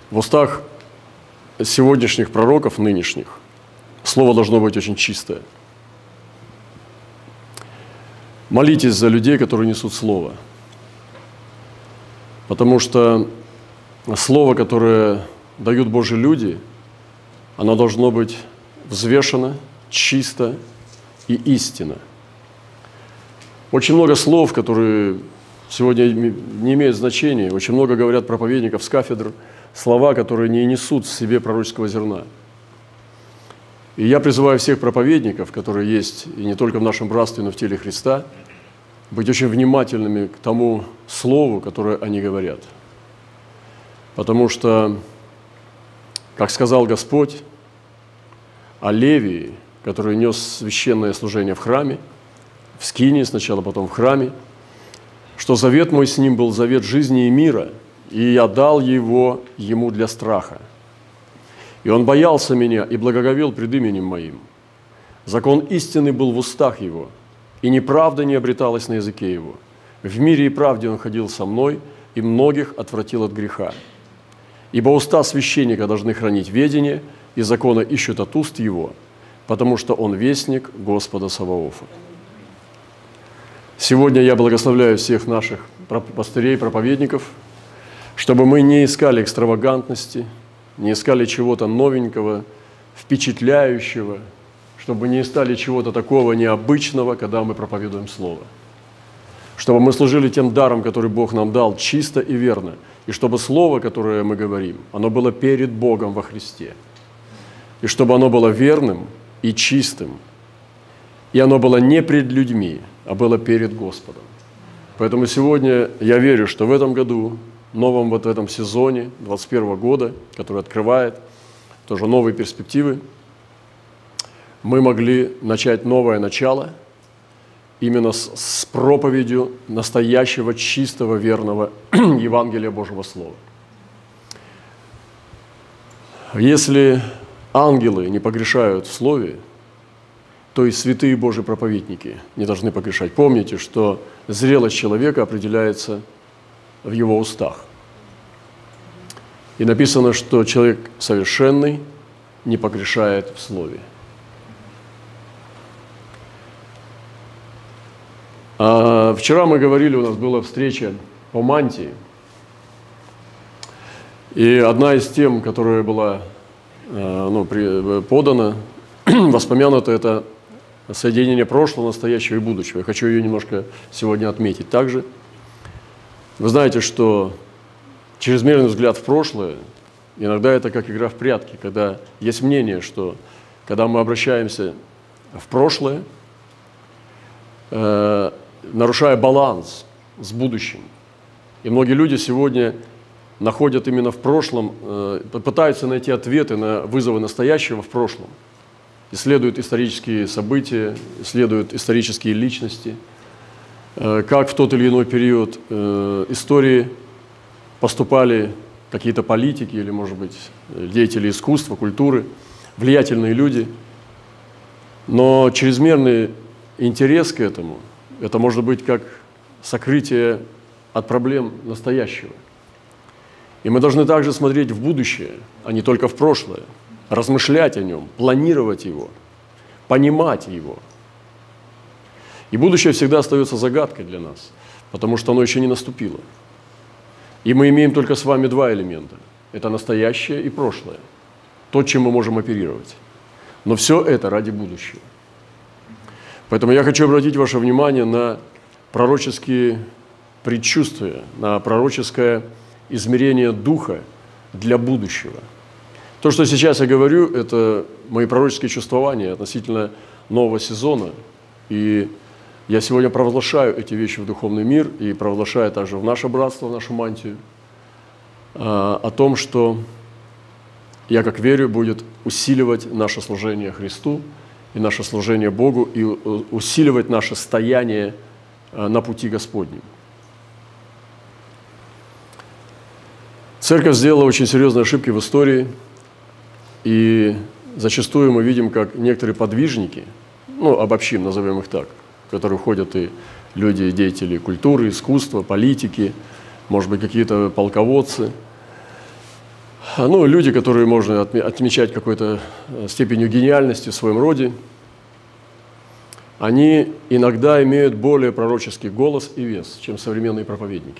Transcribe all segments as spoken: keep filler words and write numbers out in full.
В устах сегодняшних пророков, нынешних, слово должно быть очень чистое. Молитесь за людей, которые несут слово. Потому что слово, которое дают Божьи люди, оно должно быть взвешено, чисто и истинно. Очень много слов, которые сегодня не имеют значения. Очень много говорят проповедников с кафедр, слова, которые не несут в себе пророческого зерна. И я призываю всех проповедников, которые есть и не только в нашем братстве, но в теле Христа, быть очень внимательными к тому слову, которое они говорят. Потому что, как сказал Господь о Левии, который нес священное служение в храме, в скинии сначала, потом в храме, что завет мой с ним был завет жизни и мира, и я дал его ему для страха. И он боялся меня и благоговел пред именем моим. Закон истины был в устах его, и неправда не обреталась на языке его. В мире и правде он ходил со мной, и многих отвратил от греха. Ибо уста священника должны хранить ведение, и закона ищут от уст его, потому что он вестник Господа Саваофа. Сегодня я благословляю всех наших пастырей, проповедников, чтобы мы не искали экстравагантности, не искали чего-то новенького, впечатляющего, чтобы не искали чего-то такого необычного, когда мы проповедуем Слово. Чтобы мы служили тем даром, который Бог нам дал, чисто и верно, и чтобы Слово, которое мы говорим, оно было перед Богом во Христе, и чтобы оно было верным и чистым, и оно было не пред людьми, а было перед Господом. Поэтому сегодня я верю, что в этом году, новом вот в этом сезоне двадцать первого года, который открывает тоже новые перспективы, мы могли начать новое начало именно с, с проповедью настоящего, чистого, верного Евангелия Божьего Слова. Если ангелы не погрешают в Слове, то и святые Божьи проповедники не должны погрешать. Помните, что зрелость человека определяется в его устах. И написано, что человек совершенный не погрешает в Слове. А вчера мы говорили, у нас была встреча по мантии. И одна из тем, которая была ну, подана, воспомянута, это соединение прошлого, настоящего и будущего. Я хочу ее немножко сегодня отметить также. Вы знаете, что чрезмерный взгляд в прошлое, иногда это как игра в прятки, когда есть мнение, что когда мы обращаемся в прошлое, э, нарушая баланс с будущим, и многие люди сегодня находят именно в прошлом, э, пытаются найти ответы на вызовы настоящего в прошлом, исследуют исторические события, исследуют исторические личности, как в тот или иной период истории поступали какие-то политики или, может быть, деятели искусства, культуры, влиятельные люди. Но чрезмерный интерес к этому, это может быть как сокрытие от проблем настоящего. И мы должны также смотреть в будущее, а не только в прошлое, размышлять о нем, планировать его, понимать его. И будущее всегда остается загадкой для нас, потому что оно еще не наступило. И мы имеем только с вами два элемента. Это настоящее и прошлое. То, чем мы можем оперировать. Но все это ради будущего. Поэтому я хочу обратить ваше внимание на пророческие предчувствия, на пророческое измерение духа для будущего. То, что сейчас я говорю, это мои пророческие чувствования относительно нового сезона. И я сегодня провозглашаю эти вещи в духовный мир и провозглашаю также в наше братство, в нашу мантию, о том, что я, как верю, будет усиливать наше служение Христу и наше служение Богу, и усиливать наше стояние на пути Господнем. Церковь сделала очень серьезные ошибки в истории, и зачастую мы видим, как некоторые подвижники, ну, обобщим, назовем их так, в которые входят и люди, деятели культуры, искусства, политики, может быть, какие-то полководцы, Ну, люди, которые можно отмечать какой-то степенью гениальности в своем роде, они иногда имеют более пророческий голос и вес, чем современные проповедники.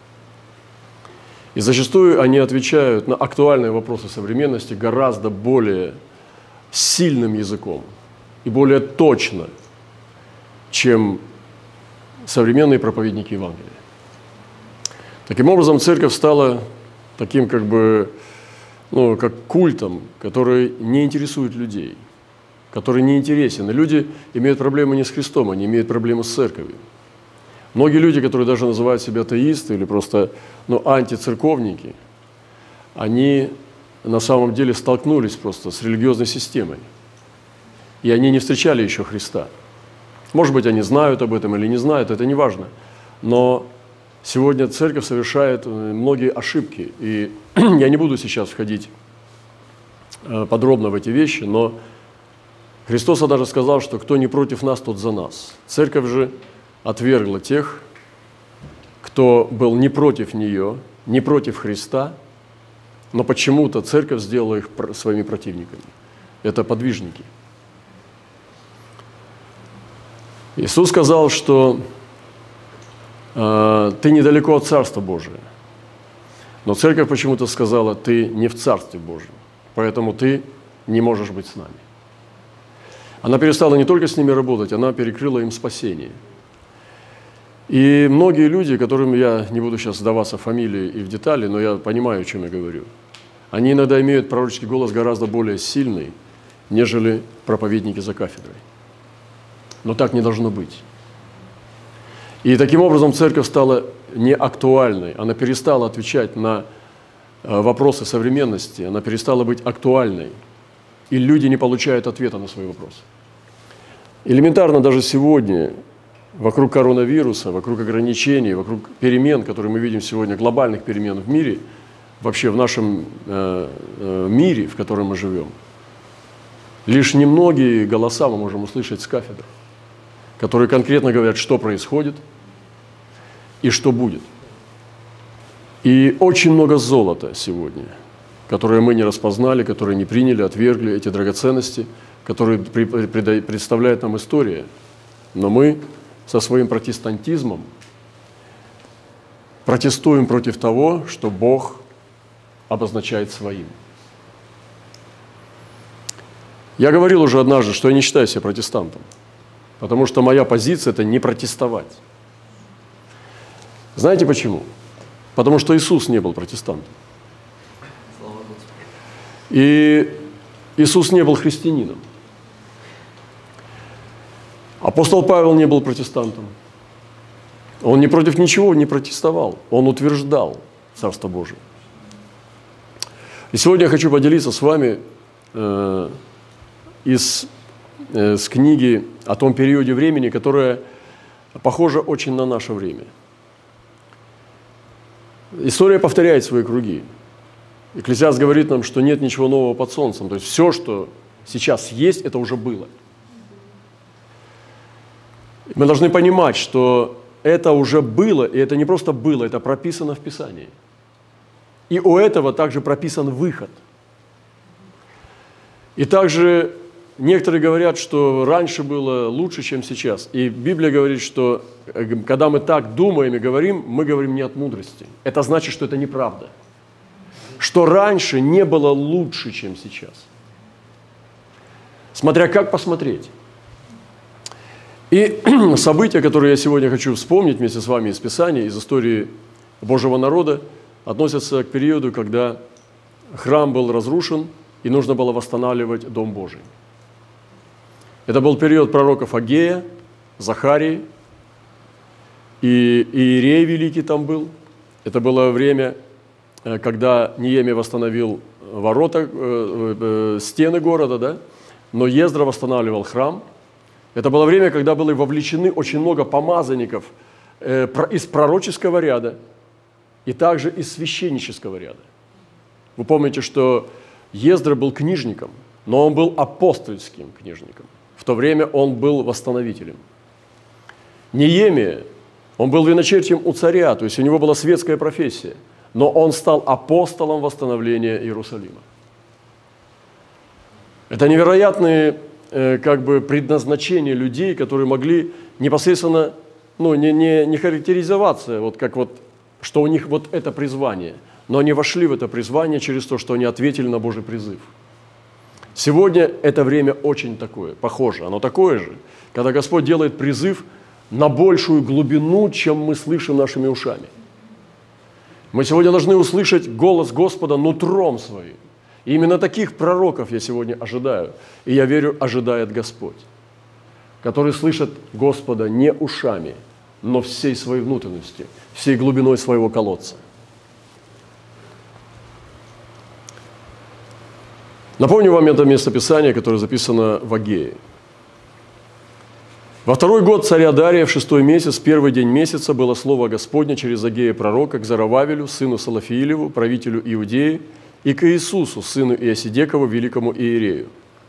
И зачастую они отвечают на актуальные вопросы современности гораздо более сильным языком и более точно, чем современные проповедники Евангелия. Таким образом, церковь стала таким как бы, ну, как культом, который не интересует людей, который не интересен. И люди имеют проблемы не с Христом, они имеют проблемы с церковью. Многие люди, которые даже называют себя атеисты или просто ну, антицерковники, они на самом деле столкнулись просто с религиозной системой. И они не встречали еще Христа. Может быть, они знают об этом или не знают, это не важно. Но сегодня церковь совершает многие ошибки. И я не буду сейчас входить подробно в эти вещи, но Христос даже сказал, что кто не против нас, тот за нас. Церковь же отвергла тех, кто был не против нее, не против Христа, но почему-то церковь сделала их своими противниками. Это подвижники. Иисус сказал, что э, ты недалеко от Царства Божия. Но церковь почему-то сказала, ты не в Царстве Божьем, поэтому ты не можешь быть с нами. Она перестала не только с ними работать, она перекрыла им спасение. И многие люди, которым я не буду сейчас сдаваться в фамилии и в детали, но я понимаю, о чем я говорю, они иногда имеют пророческий голос гораздо более сильный, нежели проповедники за кафедрой. Но так не должно быть. И таким образом церковь стала неактуальной, она перестала отвечать на вопросы современности, она перестала быть актуальной, и люди не получают ответа на свои вопросы. Элементарно даже сегодня, вокруг коронавируса, вокруг ограничений, вокруг перемен, которые мы видим сегодня, глобальных перемен в мире, вообще в нашем э, э, мире, в котором мы живем, лишь немногие голоса мы можем услышать с кафедры, которые конкретно говорят, что происходит и что будет. И очень много золота сегодня, которое мы не распознали, которые не приняли, отвергли эти драгоценности, которые представляет нам история. Но мы со своим протестантизмом протестуем против того, что Бог обозначает своим. Я говорил уже однажды, что я не считаю себя протестантом, потому что моя позиция – это не протестовать. Знаете почему? Потому что Иисус не был протестантом. И Иисус не был христианином. Апостол Павел не был протестантом. Он ни против ничего не протестовал. Он утверждал Царство Божие. И сегодня я хочу поделиться с вами э, из, э, с книги о том периоде времени, которое похоже очень на наше время. История повторяет свои круги. Экклесиаст говорит нам, что нет ничего нового под солнцем. То есть все, что сейчас есть, это уже было. Мы должны понимать, что это уже было, и это не просто было, это прописано в Писании. И у этого также прописан выход. И также некоторые говорят, что раньше было лучше, чем сейчас. И Библия говорит, что когда мы так думаем и говорим, мы говорим не от мудрости. Это значит, что это неправда. Что раньше не было лучше, чем сейчас. Смотря как посмотреть. И события, которые я сегодня хочу вспомнить вместе с вами из Писания, из истории Божьего народа, относятся к периоду, когда храм был разрушен и нужно было восстанавливать Дом Божий. Это был период пророков Агея, Захарии, и Иерей Великий там был. Это было время, когда Неемия восстановил ворота, стены города, да? Но Ездра восстанавливал храм. Это было время, когда были вовлечены очень много помазанников из пророческого ряда и также из священнического ряда. Вы помните, что Ездра был книжником, но он был апостольским книжником. В то время он был восстановителем. Неемия, он был виночерпием у царя, то есть у него была светская профессия, но он стал апостолом восстановления Иерусалима. Это невероятные э, как бы предназначения людей, которые могли непосредственно ну, не, не, не характеризоваться, вот как вот, что у них вот это призвание, но они вошли в это призвание через то, что они ответили на Божий призыв. Сегодня это время очень такое, похоже, оно такое же, когда Господь делает призыв на большую глубину, чем мы слышим нашими ушами. Мы сегодня должны услышать голос Господа нутром своим. И именно таких пророков я сегодня ожидаю, и я верю, ожидает Господь, которые слышат Господа не ушами, но всей своей внутренностью, всей глубиной своего колодца. Напомню вам это местописание, которое записано в Агее. Во второй год царя Дария, в шестой месяц, первый день месяца, было слово Господне через Агея пророка к Зарававелю, сыну Салафиилеву, правителю Иудеи, и к Иисусу, сыну Иосидекову, великому иерею.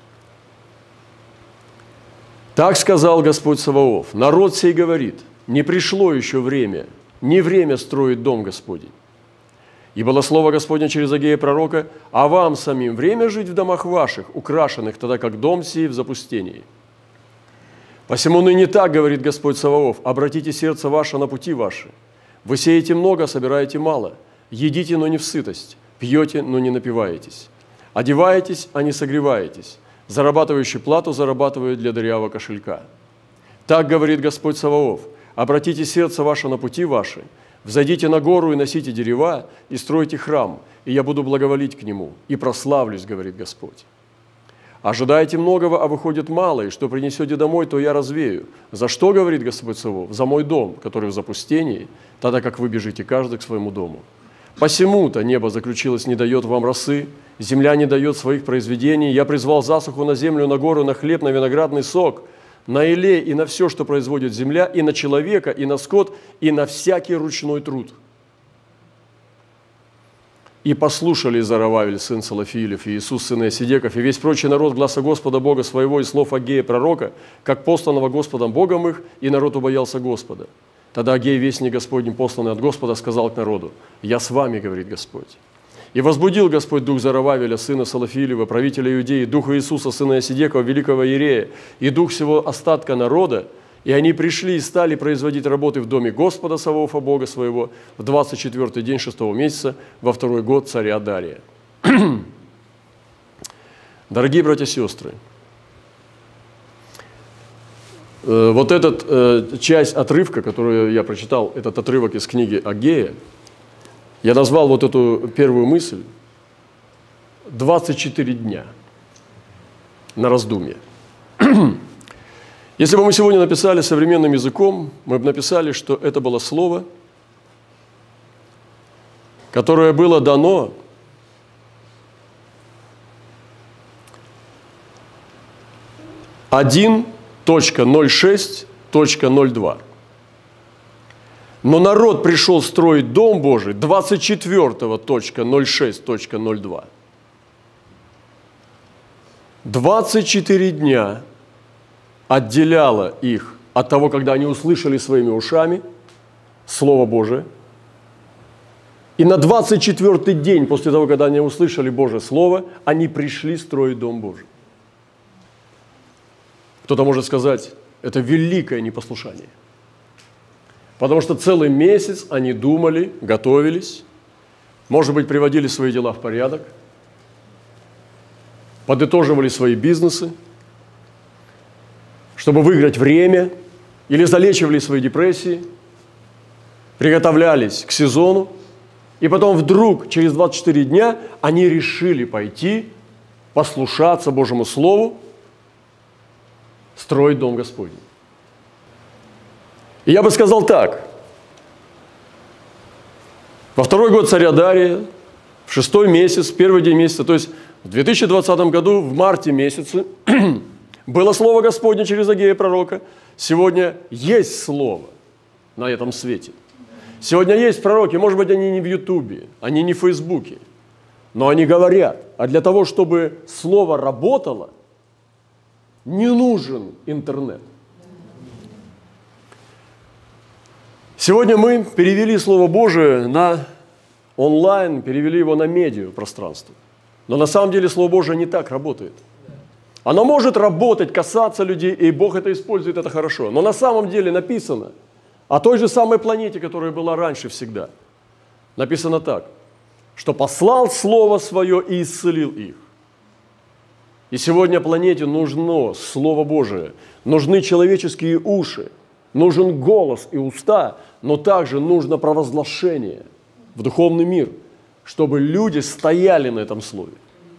Так сказал Господь Саваоф: народ сей говорит, не пришло еще время, не время строить дом Господень. И было слово Господне через Агея пророка: а вам самим время жить в домах ваших, украшенных тогда, как дом сей в запустении. Посему ныне так говорит Господь Саваоф: обратите сердце ваше на пути ваши. Вы сеете много, собираете мало, едите, но не в сытость, пьете, но не напиваетесь, одеваетесь, а не согреваетесь, зарабатывающий плату зарабатывает для дырявого кошелька. Так говорит Господь Саваоф: обратите сердце ваше на пути ваши, взойдите на гору и носите дерева, и стройте храм, и я буду благоволить к нему, и прославлюсь, говорит Господь. Ожидаете многого, а выходит мало, и что принесете домой, то я развею. За что, говорит Господь Саваоф? За мой дом, который в запустении, тогда как вы бежите каждый к своему дому. Посему-то небо заключилось, не дает вам росы, земля не дает своих произведений. Я призвал засуху на землю, на гору, на хлеб, на виноградный сок, на иле и на все, что производит земля, и на человека, и на скот, и на всякий ручной труд. И послушали Зарававель, сын Салафиилев, и Иисус, сын Иосидеков, и весь прочий народ гласа Господа Бога своего и слов Агея пророка, как посланного Господом Богом их, и народ убоялся Господа. Тогда Агей, вестник Господень, посланный от Господа, сказал к народу: «Я с вами, говорит Господь». И возбудил Господь дух Зарававеля, сына Салафиилева, правителя Иудеи, духа Иисуса, сына Иосидекова, великого иерея, и дух всего остатка народа, и они пришли и стали производить работы в доме Господа Саваофа, Бога своего, в двадцать четвёртый день шестого месяца, во второй год царя Дария. Дорогие братья и сестры, вот эта часть отрывка, которую я прочитал, этот отрывок из книги Агея, я назвал вот эту первую мысль «двадцать четыре дня на раздумье». Если бы мы сегодня написали современным языком, мы бы написали, что это было слово, которое было дано один точка ноль шесть точка ноль два. Но народ пришел строить Дом Божий двадцать четвёртого точка ноль шесть точка ноль два. двадцать четыре дня отделяло их от того, когда они услышали своими ушами Слово Божие. И на двадцать четвёртый день после того, когда они услышали Божье Слово, они пришли строить Дом Божий. Кто-то может сказать, это великое непослушание. Потому что целый месяц они думали, готовились, может быть, приводили свои дела в порядок, подытоживали свои бизнесы, чтобы выиграть время, или залечивали свои депрессии, приготовлялись к сезону, и потом вдруг, через двадцать четыре дня, они решили пойти, послушаться Божьему Слову, строить Дом Господень. И я бы сказал так. Во второй год царя Дария, в шестой месяц, первый день месяца, то есть в две тысячи двадцатом году, в марте месяце, было слово Господне через Агея пророка. Сегодня есть слово на этом свете. Сегодня есть пророки, может быть, они не в Ютубе, они не в Фейсбуке, но они говорят. А для того, чтобы слово работало, не нужен интернет. Сегодня мы перевели Слово Божие на онлайн, перевели его на медиа пространство. Но на самом деле Слово Божие не так работает. Оно может работать, касаться людей, и Бог это использует, это хорошо. Но на самом деле написано о той же самой планете, которая была раньше всегда. Написано так, что послал Слово Свое и исцелил их. И сегодня планете нужно Слово Божие, нужны человеческие уши, нужен голос и уста, но также нужно провозглашение в духовный мир, чтобы люди стояли на этом слове.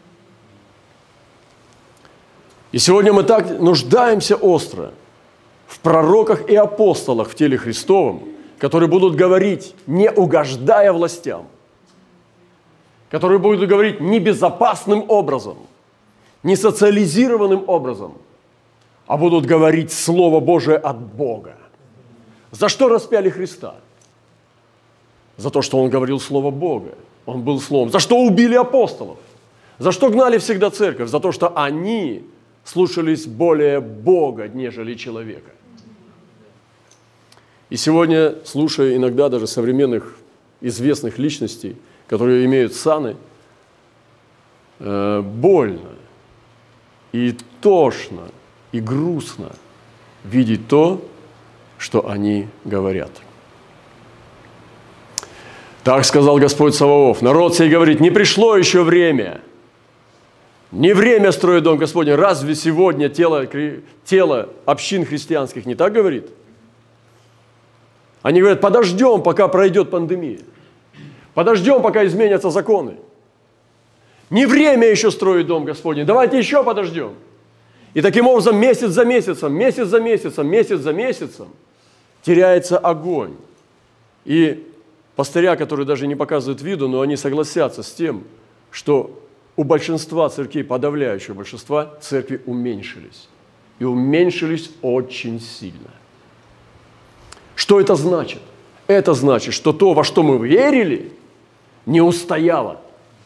И сегодня мы так нуждаемся остро в пророках и апостолах в теле Христовом, которые будут говорить, не угождая властям, которые будут говорить небезопасным образом, не социализированным образом, а будут говорить Слово Божие от Бога. За что распяли Христа? За то, что Он говорил Слово Бога. Он был Словом. За что убили апостолов? За что гнали всегда церковь? За то, что они слушались более Бога, нежели человека. И сегодня, слушая иногда даже современных известных личностей, которые имеют саны, э, больно и тошно и грустно видеть то, что они говорят. Так сказал Господь Саваоф. Народ сей говорит, не пришло еще время. Не время строить дом Господень. Разве сегодня тело, тело общин христианских не так говорит? Они говорят, подождем, пока пройдет пандемия. Подождем, пока изменятся законы. Не время еще строить дом Господень. Давайте еще подождем. И таким образом месяц за месяцем, месяц за месяцем, месяц за месяцем теряется огонь. И пастыря, которые даже не показывают виду, но они согласятся с тем, что у большинства церквей, подавляющего большинства, церкви уменьшились. И уменьшились очень сильно. Что это значит? Это значит, что то, во что мы верили, не устояло.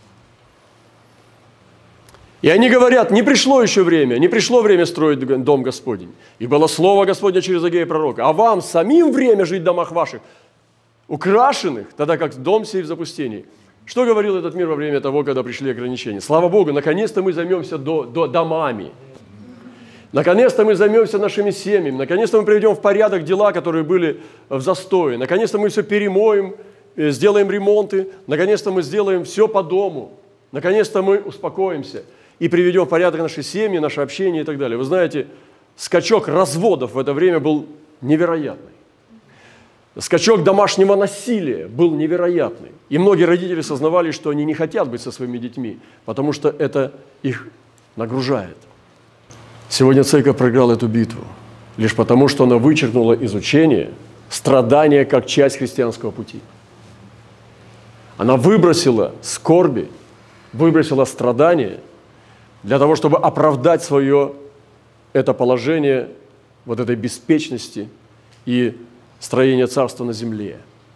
И они говорят, не пришло еще время, не пришло время строить дом Господень. И было слово Господне через Агея пророка. А вам самим время жить в домах ваших, украшенных, тогда как дом сей в запустении. Что говорил этот мир во время того, когда пришли ограничения? Слава Богу, наконец-то мы займемся до, до домами. Наконец-то мы займемся нашими семьями. Наконец-то мы приведем в порядок дела, которые были в застое. Наконец-то мы все перемоем, сделаем ремонты. Наконец-то мы сделаем все по дому. Наконец-то мы успокоимся и приведем в порядок наши семьи, наше общение и так далее. Вы знаете, скачок разводов в это время был невероятный. Скачок домашнего насилия был невероятный. И многие родители сознавали, что они не хотят быть со своими детьми, потому что это их нагружает. Сегодня церковь проиграла эту битву лишь потому, что она вычеркнула из учения страдания как часть христианского пути. Она выбросила скорби, выбросила страдания для того, чтобы оправдать свое это положение вот этой беспечности и строения царства на земле.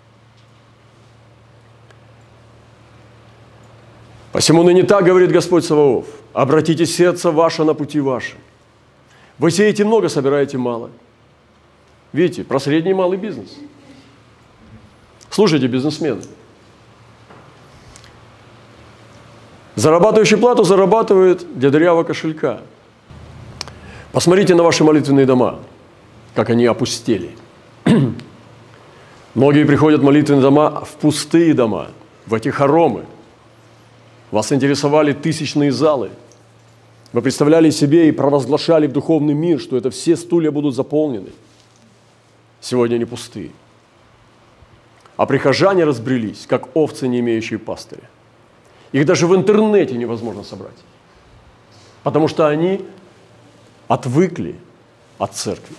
Посему ныне так говорит Господь Саваоф: обратите сердце ваше на пути ваши. Вы сеете много, собираете мало. Видите, про средний и малый бизнес. Слушайте, бизнесмены. Зарабатывающий плату зарабатывает для дырявого кошелька. Посмотрите на ваши молитвенные дома, как они опустели. Многие приходят в молитвенные дома, в пустые дома, в эти хоромы. Вас интересовали тысячные залы. Вы представляли себе и провозглашали в духовный мир, что это все стулья будут заполнены. Сегодня они пустые. А прихожане разбрелись, как овцы, не имеющие пастыря. Их даже в интернете невозможно собрать, потому что они отвыкли от церкви.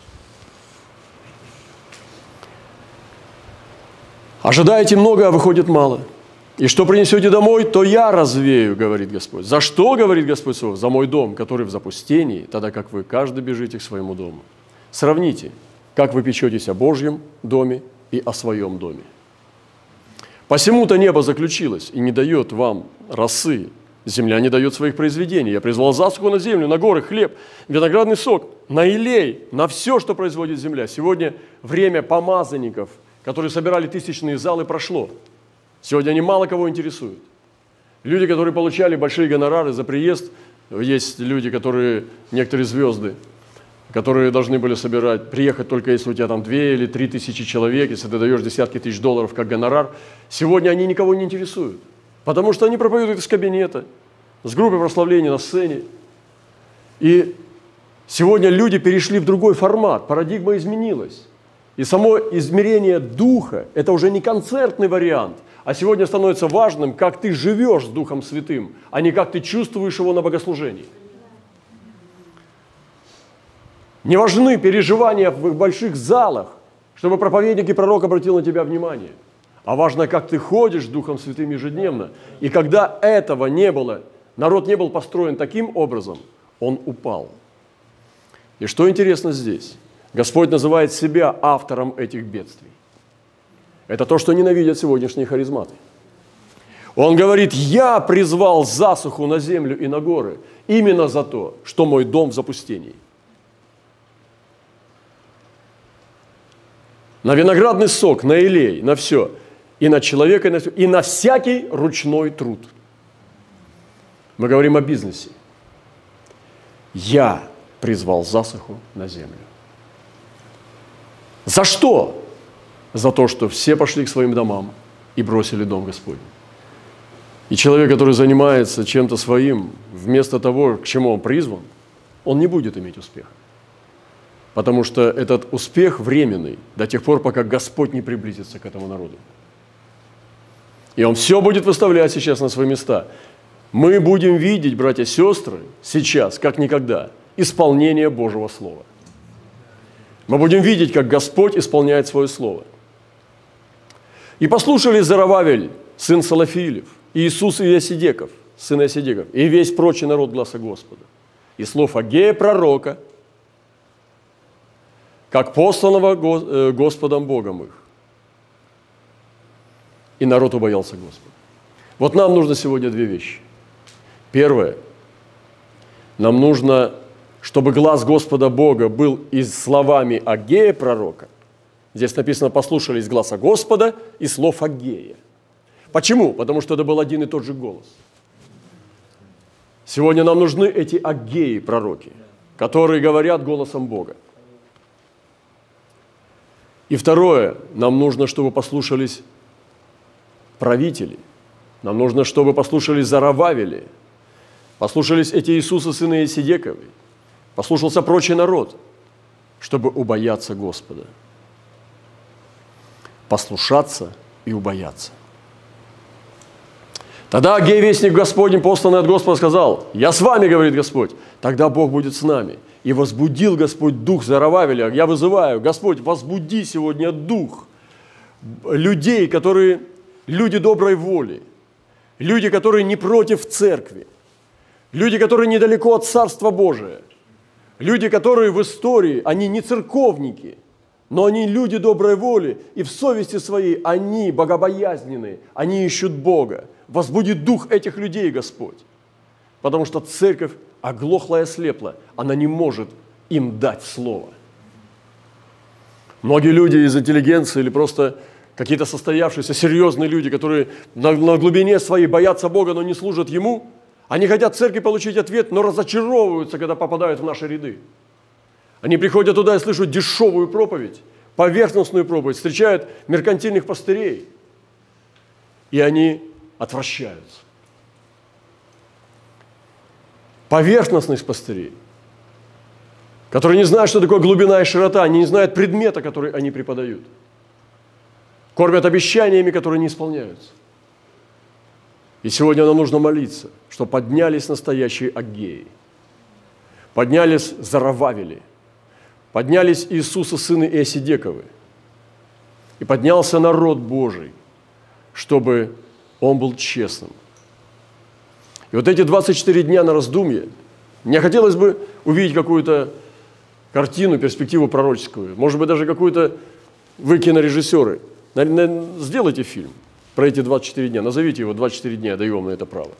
Ожидаете много, а выходит мало. И что принесете домой, то я развею, говорит Господь. За что, говорит Господь Саваоф? За мой дом, который в запустении, тогда как вы каждый бежите к своему дому. Сравните, как вы печетесь о Божьем доме и о своем доме. Посему-то небо заключилось и не дает вам росы, земля не дает своих произведений. Я призвал засуху на землю, на горы, хлеб, виноградный сок, на елей, на все, что производит земля. Сегодня время помазанников, которые собирали тысячные залы, прошло. Сегодня они мало кого интересуют. Люди, которые получали большие гонорары за приезд, есть люди, которые, некоторые звезды, которые должны были собирать, приехать только если у тебя там две или три тысячи человек, если ты даешь десятки тысяч долларов как гонорар. Сегодня они никого не интересуют, потому что они проповедуют из кабинета, с группой прославления на сцене. И сегодня люди перешли в другой формат, парадигма изменилась. И само измерение духа – это уже не концертный вариант, а сегодня становится важным, как ты живешь с Духом Святым, а не как ты чувствуешь его на богослужении. Не важны переживания в больших залах, чтобы проповедник и пророк обратил на тебя внимание, а важно, как ты ходишь с Духом Святым ежедневно. И когда этого не было, народ не был построен таким образом, он упал. И что интересно здесь? Господь называет себя автором этих бедствий. Это то, что ненавидят сегодняшние харизматы. Он говорит: «Я призвал засуху на землю и на горы именно за то, что мой дом в запустении». На виноградный сок, на елей, на все. И на человека, и на все. И на всякий ручной труд. Мы говорим о бизнесе. Я призвал засуху на землю. За что? За то, что все пошли к своим домам и бросили дом Господень. И человек, который занимается чем-то своим, вместо того, к чему он призван, он не будет иметь успеха. Потому что этот успех временный до тех пор, пока Господь не приблизится к этому народу. И Он все будет выставлять сейчас на свои места. Мы будем видеть, братья и сестры, сейчас, как никогда, исполнение Божьего Слова. Мы будем видеть, как Господь исполняет свое Слово. «И послушали Зоровавель, сын Салафиилев, и Иисус Иосидеков, сын Иосидеков, и весь прочий народ гласа Господа, и слов Агея пророка, как посланного Господом Богом их. И народ убоялся Господа». Вот нам нужно сегодня две вещи. Первое. Нам нужно, чтобы глаз Господа Бога был и словами Агея пророка. Здесь написано: «послушались гласа Господа и слов Агея». Почему? Потому что это был один и тот же голос. Сегодня нам нужны эти Агеи пророки, которые говорят голосом Бога. И второе, нам нужно, чтобы послушались правители. Нам нужно, чтобы послушались Зоровавели, послушались эти Иисуса, сына Иосидековы, послушался прочий народ, чтобы убояться Господа. Послушаться и убояться. Тогда Агей, вестник Господень, посланный от Господа, сказал: «Я с вами, говорит Господь, тогда Бог будет с нами». И возбудил Господь дух Зоровавеля. Я вызываю: Господь, возбуди сегодня дух людей, которые люди доброй воли, люди, которые не против церкви, люди, которые недалеко от Царства Божия, люди, которые в истории, они не церковники, но они люди доброй воли, и в совести своей они богобоязненные, они ищут Бога. Возбуди дух этих людей, Господь, потому что церковь оглохла и ослепла, она не может им дать слово. Многие люди из интеллигенции или просто какие-то состоявшиеся серьезные люди, которые на, на глубине своей боятся Бога, но не служат Ему, они хотят в церкви получить ответ, но разочаровываются, когда попадают в наши ряды. Они приходят туда и слышат дешевую проповедь, поверхностную проповедь, встречают меркантильных пастырей, и они отвращаются. Поверхностных пастырей, которые не знают, что такое глубина и широта, они не знают предмета, который они преподают. Кормят обещаниями, которые не исполняются. И сегодня нам нужно молиться, что поднялись настоящие Агеи, поднялись Зоровавели, поднялись Иисуса, сыны Иосидековы, и поднялся народ Божий, чтобы он был честным. И вот эти двадцать четыре дня на раздумье, мне хотелось бы увидеть какую-то картину, перспективу пророческую, может быть, даже какую-то, вы кинорежиссеры, сделайте фильм про эти двадцать четыре дня, назовите его «двадцать четыре дня», я даю вам на это право.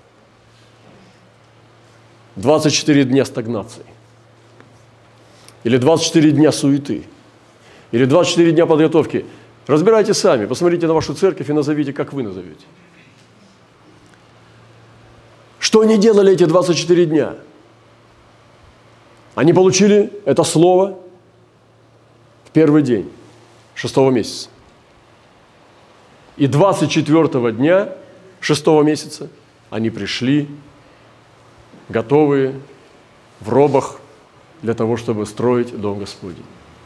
двадцать четыре дня стагнации, или двадцать четыре дня суеты, или двадцать четыре дня подготовки. Разбирайте сами, посмотрите на вашу церковь и назовите, как вы назовете. Что они делали эти двадцать четыре дня? Они получили это слово в первый день шестого месяца. И двадцать четвёртого дня шестого месяца они пришли, готовые, в робах, для того, чтобы строить Дом Господень.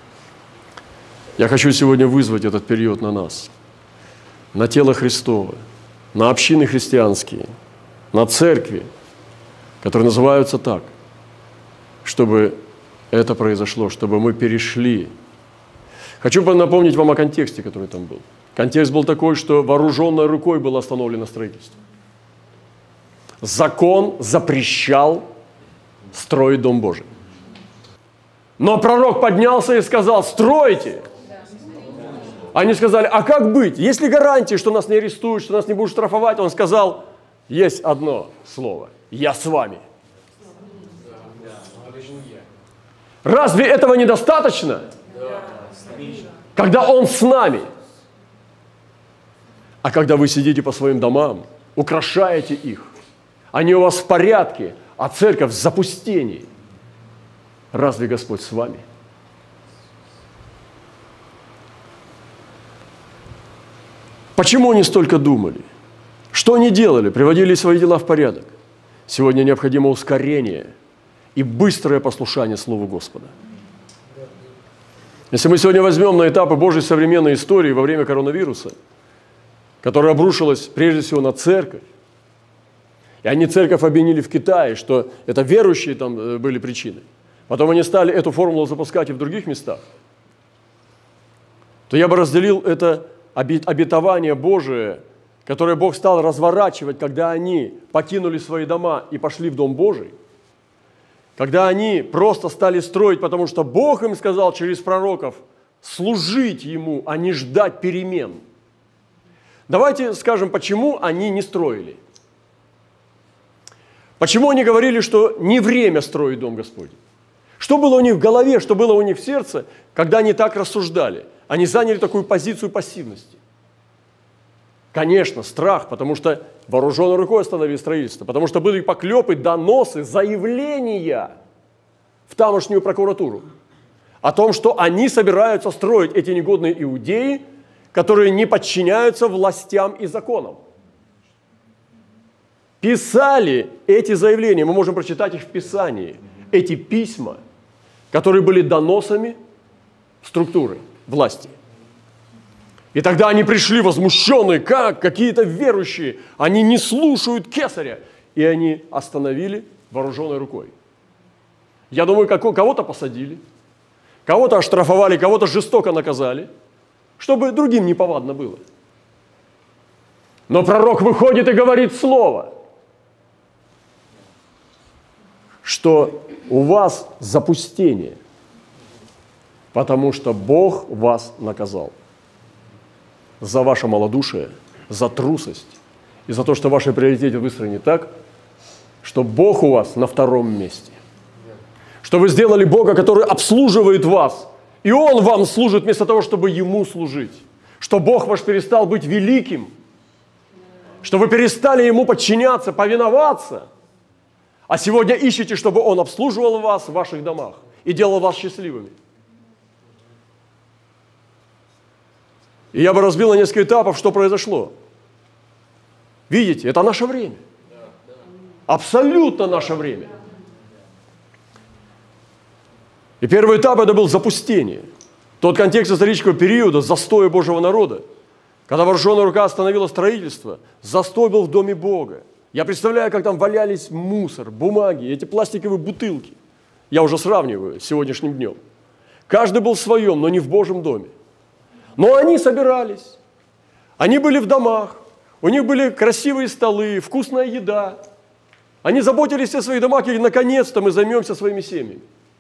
Я хочу сегодня вызвать этот период на нас, на тело Христово, на общины христианские, на церкви, которые называются так, чтобы это произошло, чтобы мы перешли. Хочу напомнить вам о контексте, который там был. Контекст был такой, что вооруженной рукой было остановлено строительство. Закон запрещал строить Дом Божий. Но пророк поднялся и сказал: стройте. Они сказали: а как быть? Есть ли гарантии, что нас не арестуют, что нас не будут штрафовать? Он сказал: есть одно слово: я с вами. Разве этого недостаточно? Когда Он с нами. А когда вы сидите по своим домам, украшаете их, они у вас в порядке, а церковь в запустении, разве Господь с вами? Почему они столько думали? Что они делали? Приводили свои дела в порядок. Сегодня необходимо ускорение и быстрое послушание Слову Господа. Если мы сегодня возьмем на этапы Божьей современной истории во время коронавируса, которая обрушилась прежде всего на церковь, и они церковь обвинили в Китае, что это верующие там были причиной, потом они стали эту формулу запускать и в других местах, то я бы разделил это обетование Божие, которое Бог стал разворачивать, когда они покинули свои дома и пошли в Дом Божий, когда они просто стали строить, потому что Бог им сказал через пророков служить Ему, а не ждать перемен. Давайте скажем, почему они не строили. Почему они говорили, что не время строить Дом Господень? Что было у них в голове, что было у них в сердце, когда они так рассуждали? Они заняли такую позицию пассивности. Конечно, страх, потому что вооруженной рукой остановили строительство, потому что были поклепы, доносы, заявления в тамошнюю прокуратуру о том, что они собираются строить, эти негодные иудеи, которые не подчиняются властям и законам. Писали эти заявления, мы можем прочитать их в Писании, эти письма, которые были доносами структуры власти. И тогда они пришли возмущенные, как какие-то верующие, они не слушают кесаря, и они остановили вооруженной рукой. Я думаю, кого-то посадили, кого-то оштрафовали, кого-то жестоко наказали, чтобы другим неповадно было. Но пророк выходит и говорит слово, что у вас запустение, потому что Бог вас наказал за ваше малодушие, за трусость и за то, что ваши приоритеты выстроены так, что Бог у вас на втором месте. Что вы сделали Бога, который обслуживает вас, и Он вам служит вместо того, чтобы Ему служить. Что Бог ваш перестал быть великим, что вы перестали Ему подчиняться, повиноваться, а сегодня ищете, чтобы Он обслуживал вас в ваших домах и делал вас счастливыми. И я бы разбил на несколько этапов, что произошло. Видите, это наше время. Абсолютно наше время. И первый этап – это был запустение. Тот контекст исторического периода, застоя Божьего народа, когда вооруженная рука остановила строительство, застой был в доме Бога. Я представляю, как там валялись мусор, бумаги, эти пластиковые бутылки. Я уже сравниваю с сегодняшним днем. Каждый был в своем, но не в Божьем доме. Но они собирались, они были в домах, у них были красивые столы, вкусная еда. Они заботились о своих домах, и наконец-то мы займемся своими семьями.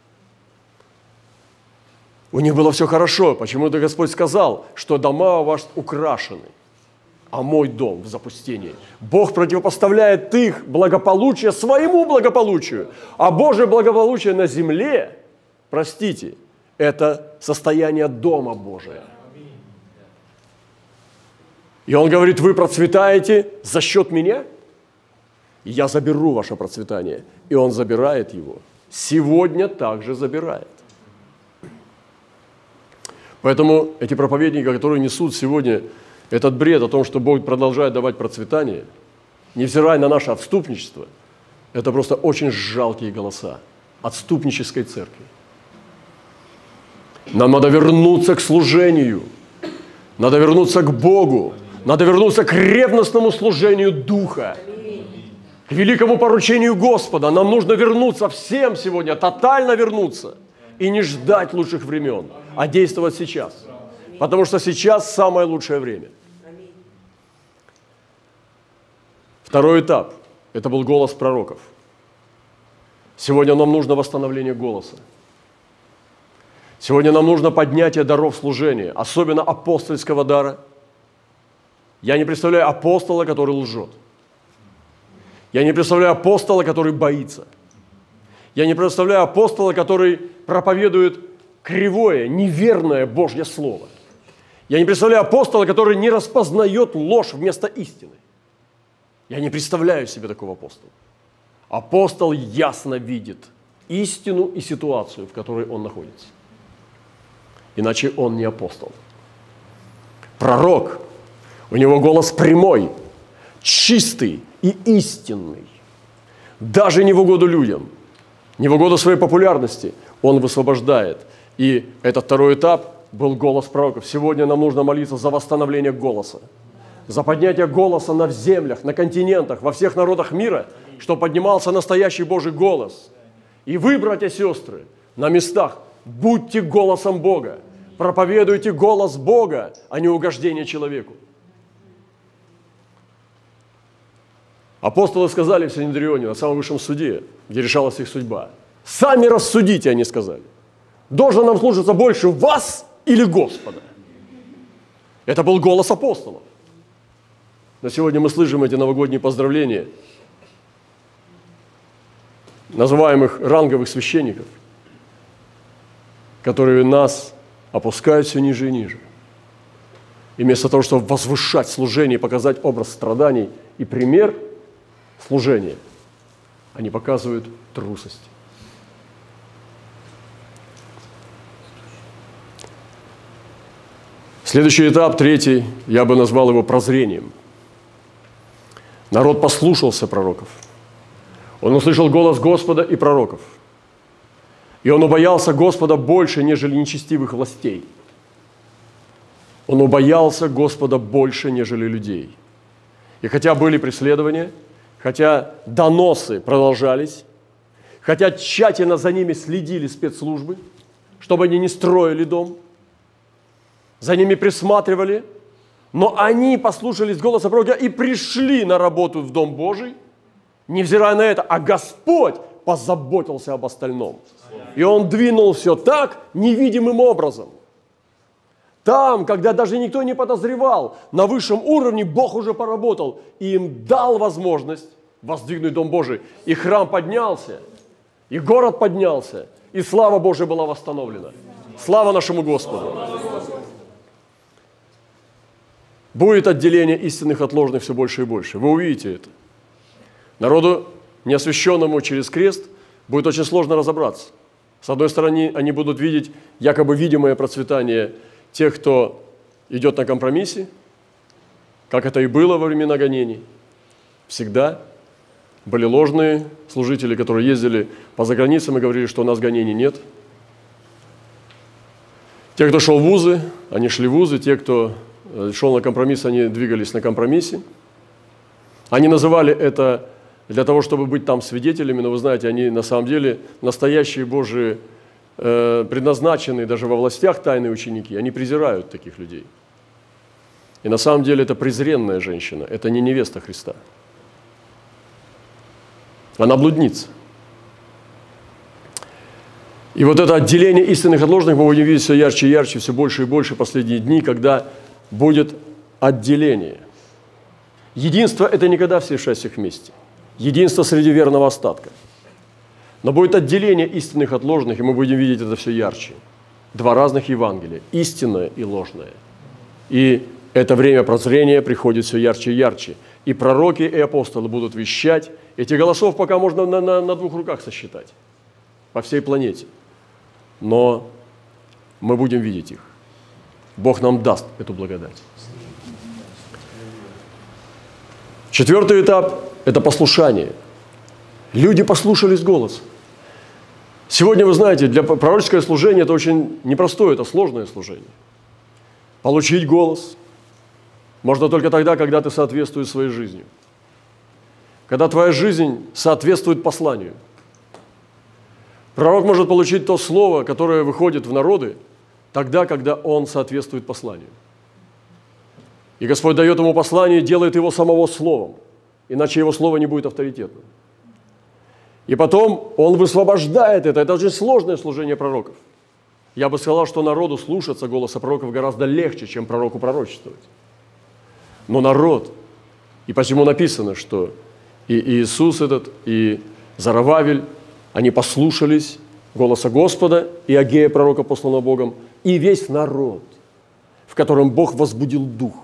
У них было все хорошо, почему-то Господь сказал, что дома у вас украшены, а мой дом в запустении. Бог противопоставляет их благополучие своему благополучию, а Божье благополучие на земле, простите, это состояние дома Божия. И Он говорит: вы процветаете за счет меня, и я заберу ваше процветание. И Он забирает его. Сегодня также забирает. Поэтому эти проповедники, которые несут сегодня этот бред о том, что Бог продолжает давать процветание, невзирая на наше отступничество, это просто очень жалкие голоса отступнической церкви. Нам надо вернуться к служению, надо вернуться к Богу, надо вернуться к ревностному служению Духа, к великому поручению Господа. Нам нужно вернуться всем сегодня, тотально вернуться и не ждать лучших времен, а действовать сейчас. Потому что сейчас самое лучшее время. Второй этап – это был голос пророков. Сегодня нам нужно восстановление голоса. Сегодня нам нужно поднятие даров служения, особенно апостольского дара. Я не представляю апостола, который лжет. Я не представляю апостола, который боится. Я не представляю апостола, который проповедует кривое, неверное Божье Слово. Я не представляю апостола, который не распознает ложь вместо истины. Я не представляю себе такого апостола. Апостол ясно видит истину и ситуацию, в которой он находится. Иначе он не апостол. Пророк, у него голос прямой, чистый и истинный. Даже не в угоду людям, не в угоду своей популярности. Он высвобождает. И этот второй этап был голос пророков. Сегодня нам нужно молиться за восстановление голоса, за поднятие голоса на землях, на континентах, во всех народах мира, чтобы поднимался настоящий Божий голос. И вы, братья и сестры, на местах будьте голосом Бога, проповедуйте голос Бога, а не угождение человеку. Апостолы сказали в Синедрионе, на самом высшем суде, где решалась их судьба: сами рассудите, они сказали, должен нам слушаться больше вас или Господа. Это был голос апостолов. Но сегодня мы слышим эти новогодние поздравления называемых ранговых священников, которые нас опускают все ниже и ниже. И вместо того, чтобы возвышать служение и показать образ страданий и пример служения, они показывают трусость. Следующий этап, третий, я бы назвал его прозрением. Народ послушался пророков. Он услышал голос Господа и пророков. И он убоялся Господа больше, нежели нечестивых властей. Он убоялся Господа больше, нежели людей. И хотя были преследования, хотя доносы продолжались, хотя тщательно за ними следили спецслужбы, чтобы они не строили дом, за ними присматривали, но они послушались голоса пророка и пришли на работу в Дом Божий, невзирая на это, а Господь позаботился об остальном. И Он двинул все так, невидимым образом. Там, когда даже никто не подозревал, на высшем уровне Бог уже поработал и им дал возможность воздвигнуть Дом Божий. И храм поднялся, и город поднялся, и слава Божия была восстановлена. Слава нашему Господу! Будет отделение истинных от ложных все больше и больше. Вы увидите это. Народу, неосвященному через крест, будет очень сложно разобраться. С одной стороны, они будут видеть якобы видимое процветание тех, кто идет на компромиссе, как это и было во времена гонений. Всегда были ложные служители, которые ездили по заграницам и говорили, что у нас гонений нет. Те, кто шел в вузы, они шли в вузы, те, кто шел на компромисс, они двигались на компромиссе. Они называли это для того, чтобы быть там свидетелями, но вы знаете, они на самом деле настоящие Божьи, э, предназначенные даже во властях тайные ученики, они презирают таких людей. И на самом деле это презренная женщина, это не невеста Христа. Она блудница. И вот это отделение истинных от ложных мы будем видеть все ярче и ярче, все больше и больше в последние дни, когда будет отделение. Единство – это никогда все шесть вместе. Единство среди верного остатка. Но будет отделение истинных от ложных, и мы будем видеть это все ярче. Два разных Евангелия – истинное и ложное. И Это время прозрения приходит все ярче и ярче. И пророки, и апостолы будут вещать. Эти голосов пока можно на, на, на двух руках сосчитать по всей планете. Но мы будем видеть их. Бог нам даст эту благодать. Четвертый этап – это послушание. Люди послушались голоса. Сегодня, вы знаете, для пророческого служения это очень непростое, это сложное служение. Получить голос можно только тогда, когда ты соответствуешь своей жизнью. Когда твоя жизнь соответствует посланию. Пророк может получить то слово, которое выходит в народы, тогда, когда он соответствует посланию. И Господь дает ему послание и делает его самого словом, иначе его слово не будет авторитетным. И потом он высвобождает это. Это очень сложное служение пророков. Я бы сказал, что народу слушаться голоса пророков гораздо легче, чем пророку пророчествовать. Но народ, и почему написано, что и Иисус этот, и Зарававель, они послушались голоса Господа и Агея, пророка, посланного Богом, и весь народ, в котором Бог возбудил дух.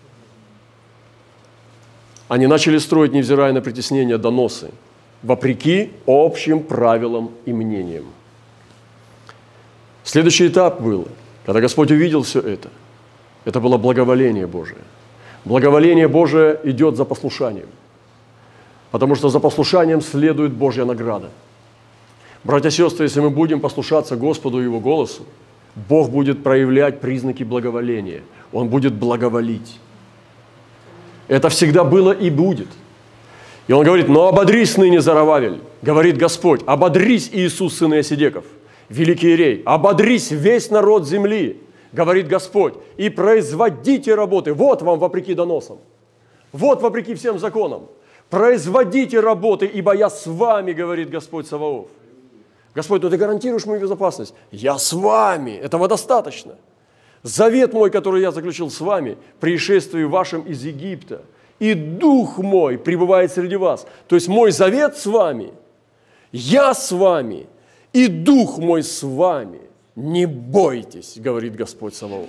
Они начали строить, невзирая на притеснения, доносы, вопреки общим правилам и мнениям. Следующий этап был, когда Господь увидел все это. Это было благоволение Божие. Благоволение Божие идет за послушанием, потому что за послушанием следует Божья награда. Братья и сестры, если мы будем послушаться Господу и Его голосу, Бог будет проявлять признаки благоволения. Он будет благоволить. Это всегда было и будет. И Он говорит: «Но ободрись ныне, Зарававель, говорит Господь, ободрись, Иисус, сын Иосидеков, великий Иерей, ободрись весь народ земли, говорит Господь, и производите работы». Вот вам вопреки доносам, вот вопреки всем законам. Производите работы, ибо я с вами, говорит Господь Саваоф. Господь, ну ты гарантируешь мою безопасность? Я с вами, этого достаточно. Завет мой, который я заключил с вами, при исшествии вашем из Египта, и дух мой пребывает среди вас. То есть мой завет с вами, я с вами, и дух мой с вами. Не бойтесь, говорит Господь Саваоф.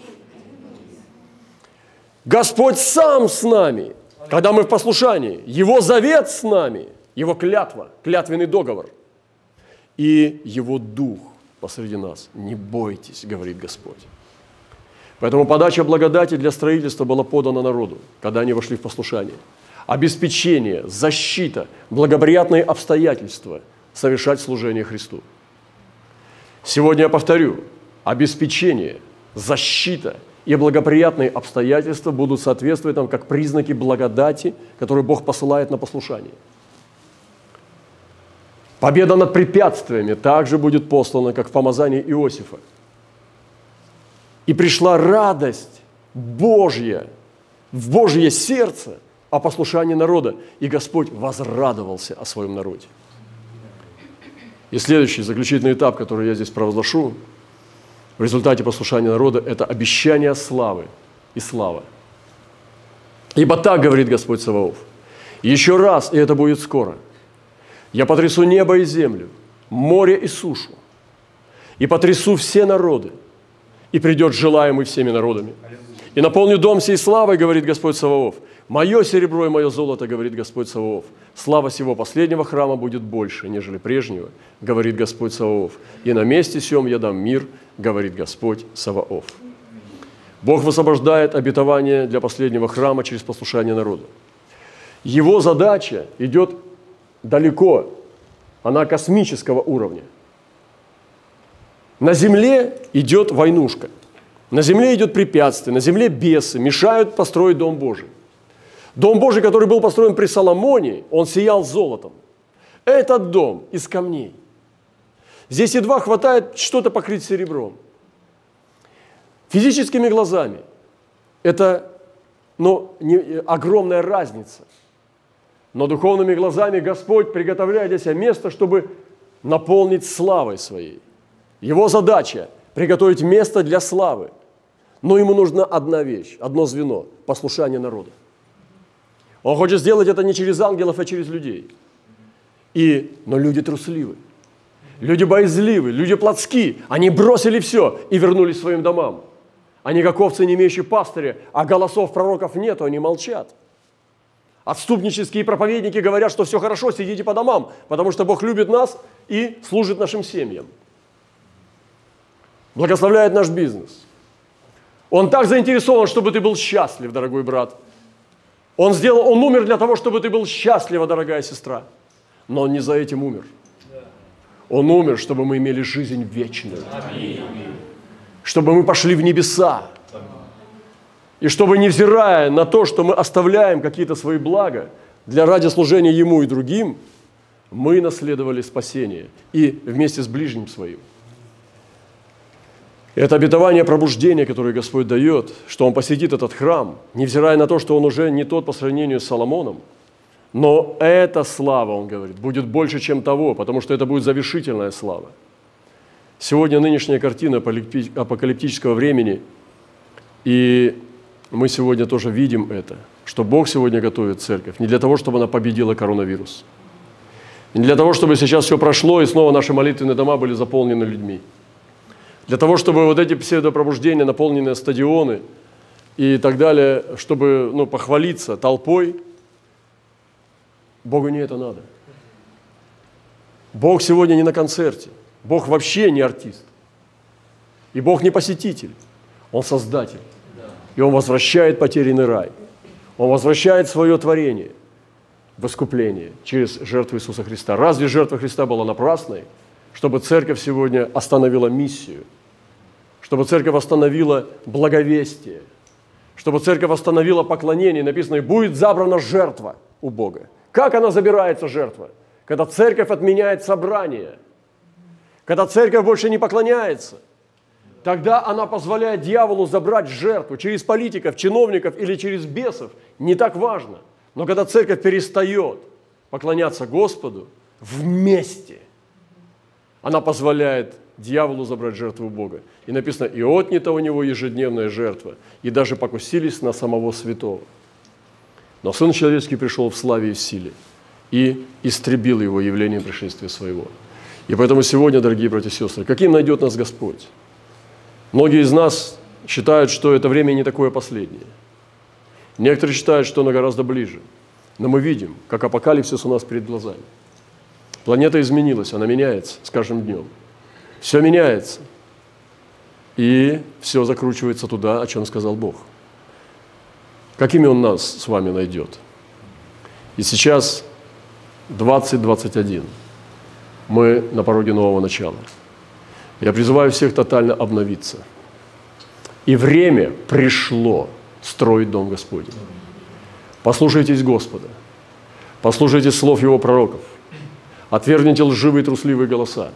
Господь сам с нами, когда мы в послушании. Его завет с нами, Его клятва, клятвенный договор. И Его дух посреди нас. Не бойтесь, говорит Господь. Поэтому подача благодати для строительства была подана народу, когда они вошли в послушание. Обеспечение, защита, благоприятные обстоятельства совершать служение Христу. Сегодня я повторю, обеспечение, защита и благоприятные обстоятельства будут соответствовать нам как признаки благодати, которые Бог посылает на послушание. Победа над препятствиями также будет послана, как в помазании Иосифа. И пришла радость Божья в Божье сердце о послушании народа, и Господь возрадовался о своем народе. И следующий, заключительный этап, который я здесь провозглашу, в результате послушания народа, это обещание славы и слава. Ибо так говорит Господь Саваоф: еще раз, и это будет скоро, я потрясу небо и землю, море и сушу, и потрясу все народы, и придет желаемый всеми народами. И наполню дом сей славой, говорит Господь Саваоф. Мое серебро и мое золото, говорит Господь Саваоф. Слава сего последнего храма будет больше, нежели прежнего, говорит Господь Саваоф. И на месте сем я дам мир, говорит Господь Саваоф. Бог высвобождает обетование для последнего храма через послушание народа. Его задача идет далеко, она космического уровня. На земле идет войнушка, на земле идет препятствие, на земле бесы мешают построить Дом Божий. Дом Божий, который был построен при Соломоне, он сиял золотом. Этот дом из камней. Здесь едва хватает что-то покрыть серебром. Физическими глазами это ну, не, огромная разница. Но духовными глазами Господь приготовляет для себя место, чтобы наполнить славой своей. Его задача – приготовить место для славы. Но ему нужна одна вещь, одно звено – послушание народа. Он хочет сделать это не через ангелов, а через людей. И, но люди трусливы, люди боязливы, люди плотски. Они бросили все и вернулись к своим домам. Они как овцы, не имеющие пастыря, а голосов пророков нету, они молчат. Отступнические проповедники говорят, что все хорошо, сидите по домам, потому что Бог любит нас и служит нашим семьям. Благословляет наш бизнес. Он так заинтересован, чтобы ты был счастлив, дорогой брат. Он сделал, он умер для того, чтобы ты был счастлива, дорогая сестра. Но он не за этим умер. Он умер, чтобы мы имели жизнь вечную. Чтобы мы пошли в небеса. И чтобы, невзирая на то, что мы оставляем какие-то свои блага для ради служения Ему и другим, мы наследовали спасение и вместе с ближним своим. Это обетование пробуждения, которое Господь дает, что Он посетит этот храм, невзирая на то, что он уже не тот по сравнению с Соломоном, но эта слава, Он говорит, будет больше, чем того, потому что это будет завершительная слава. Сегодня нынешняя картина апокалиптического времени, и мы сегодня тоже видим это, что Бог сегодня готовит церковь не для того, чтобы она победила коронавирус, не для того, чтобы сейчас все прошло и снова наши молитвенные дома были заполнены людьми, для того, чтобы вот эти псевдопробуждения, наполненные стадионы и так далее, чтобы ну, похвалиться толпой, Богу не это надо. Бог сегодня не на концерте, Бог вообще не артист, и Бог не посетитель, Он создатель. И Он возвращает потерянный рай. Он возвращает свое творение в искупление через жертву Иисуса Христа. Разве жертва Христа была напрасной? Чтобы церковь сегодня остановила миссию, чтобы церковь остановила благовестие, чтобы церковь остановила поклонение. Написано, и будет забрана жертва у Бога. Как она забирается, жертва? Когда церковь отменяет собрание, когда церковь больше не поклоняется. Тогда она позволяет дьяволу забрать жертву через политиков, чиновников или через бесов. Не так важно. Но когда церковь перестает поклоняться Господу вместе, она позволяет дьяволу забрать жертву Бога. И написано, и отнята у него ежедневная жертва, и даже покусились на самого святого. Но Сын Человеческий пришел в славе и в силе, и истребил его явлением пришествия своего. И поэтому сегодня, дорогие братья и сестры, каким найдет нас Господь? Многие из нас считают, что это время не такое последнее. Некоторые считают, что оно гораздо ближе. Но мы видим, как апокалипсис у нас перед глазами. Планета изменилась, она меняется с каждым днем. Все меняется. И все закручивается туда, о чем сказал Бог. Какими Он нас с вами найдет? И сейчас двадцать двадцать один. Мы на пороге нового начала. Я призываю всех тотально обновиться. И время пришло строить Дом Господень. Послушайтесь Господа. Послушайтесь слов Его пророков. Отвергните лживые и трусливые голоса.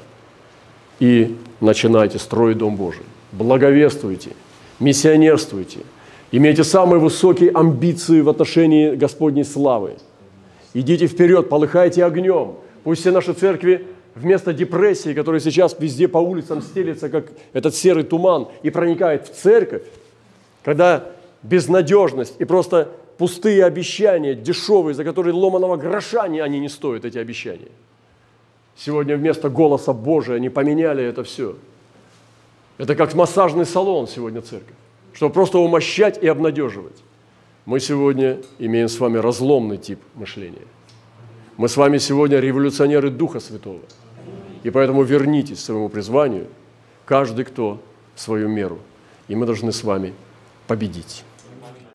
И начинайте строить Дом Божий. Благовествуйте, миссионерствуйте. Имейте самые высокие амбиции в отношении Господней славы. Идите вперед, полыхайте огнем. Пусть все наши церкви вместо депрессии, которая сейчас везде по улицам стелется, как этот серый туман, и проникает в церковь, когда безнадежность и просто пустые обещания, дешевые, за которые ломаного гроша они не стоят, эти обещания. Сегодня вместо голоса Божия они поменяли это все. Это как массажный салон сегодня церковь, чтобы просто умощать и обнадеживать. Мы сегодня имеем с вами разломный тип мышления. Мы с вами сегодня революционеры Духа Святого. И поэтому вернитесь к своему призванию, каждый кто в свою меру. И мы должны с вами победить.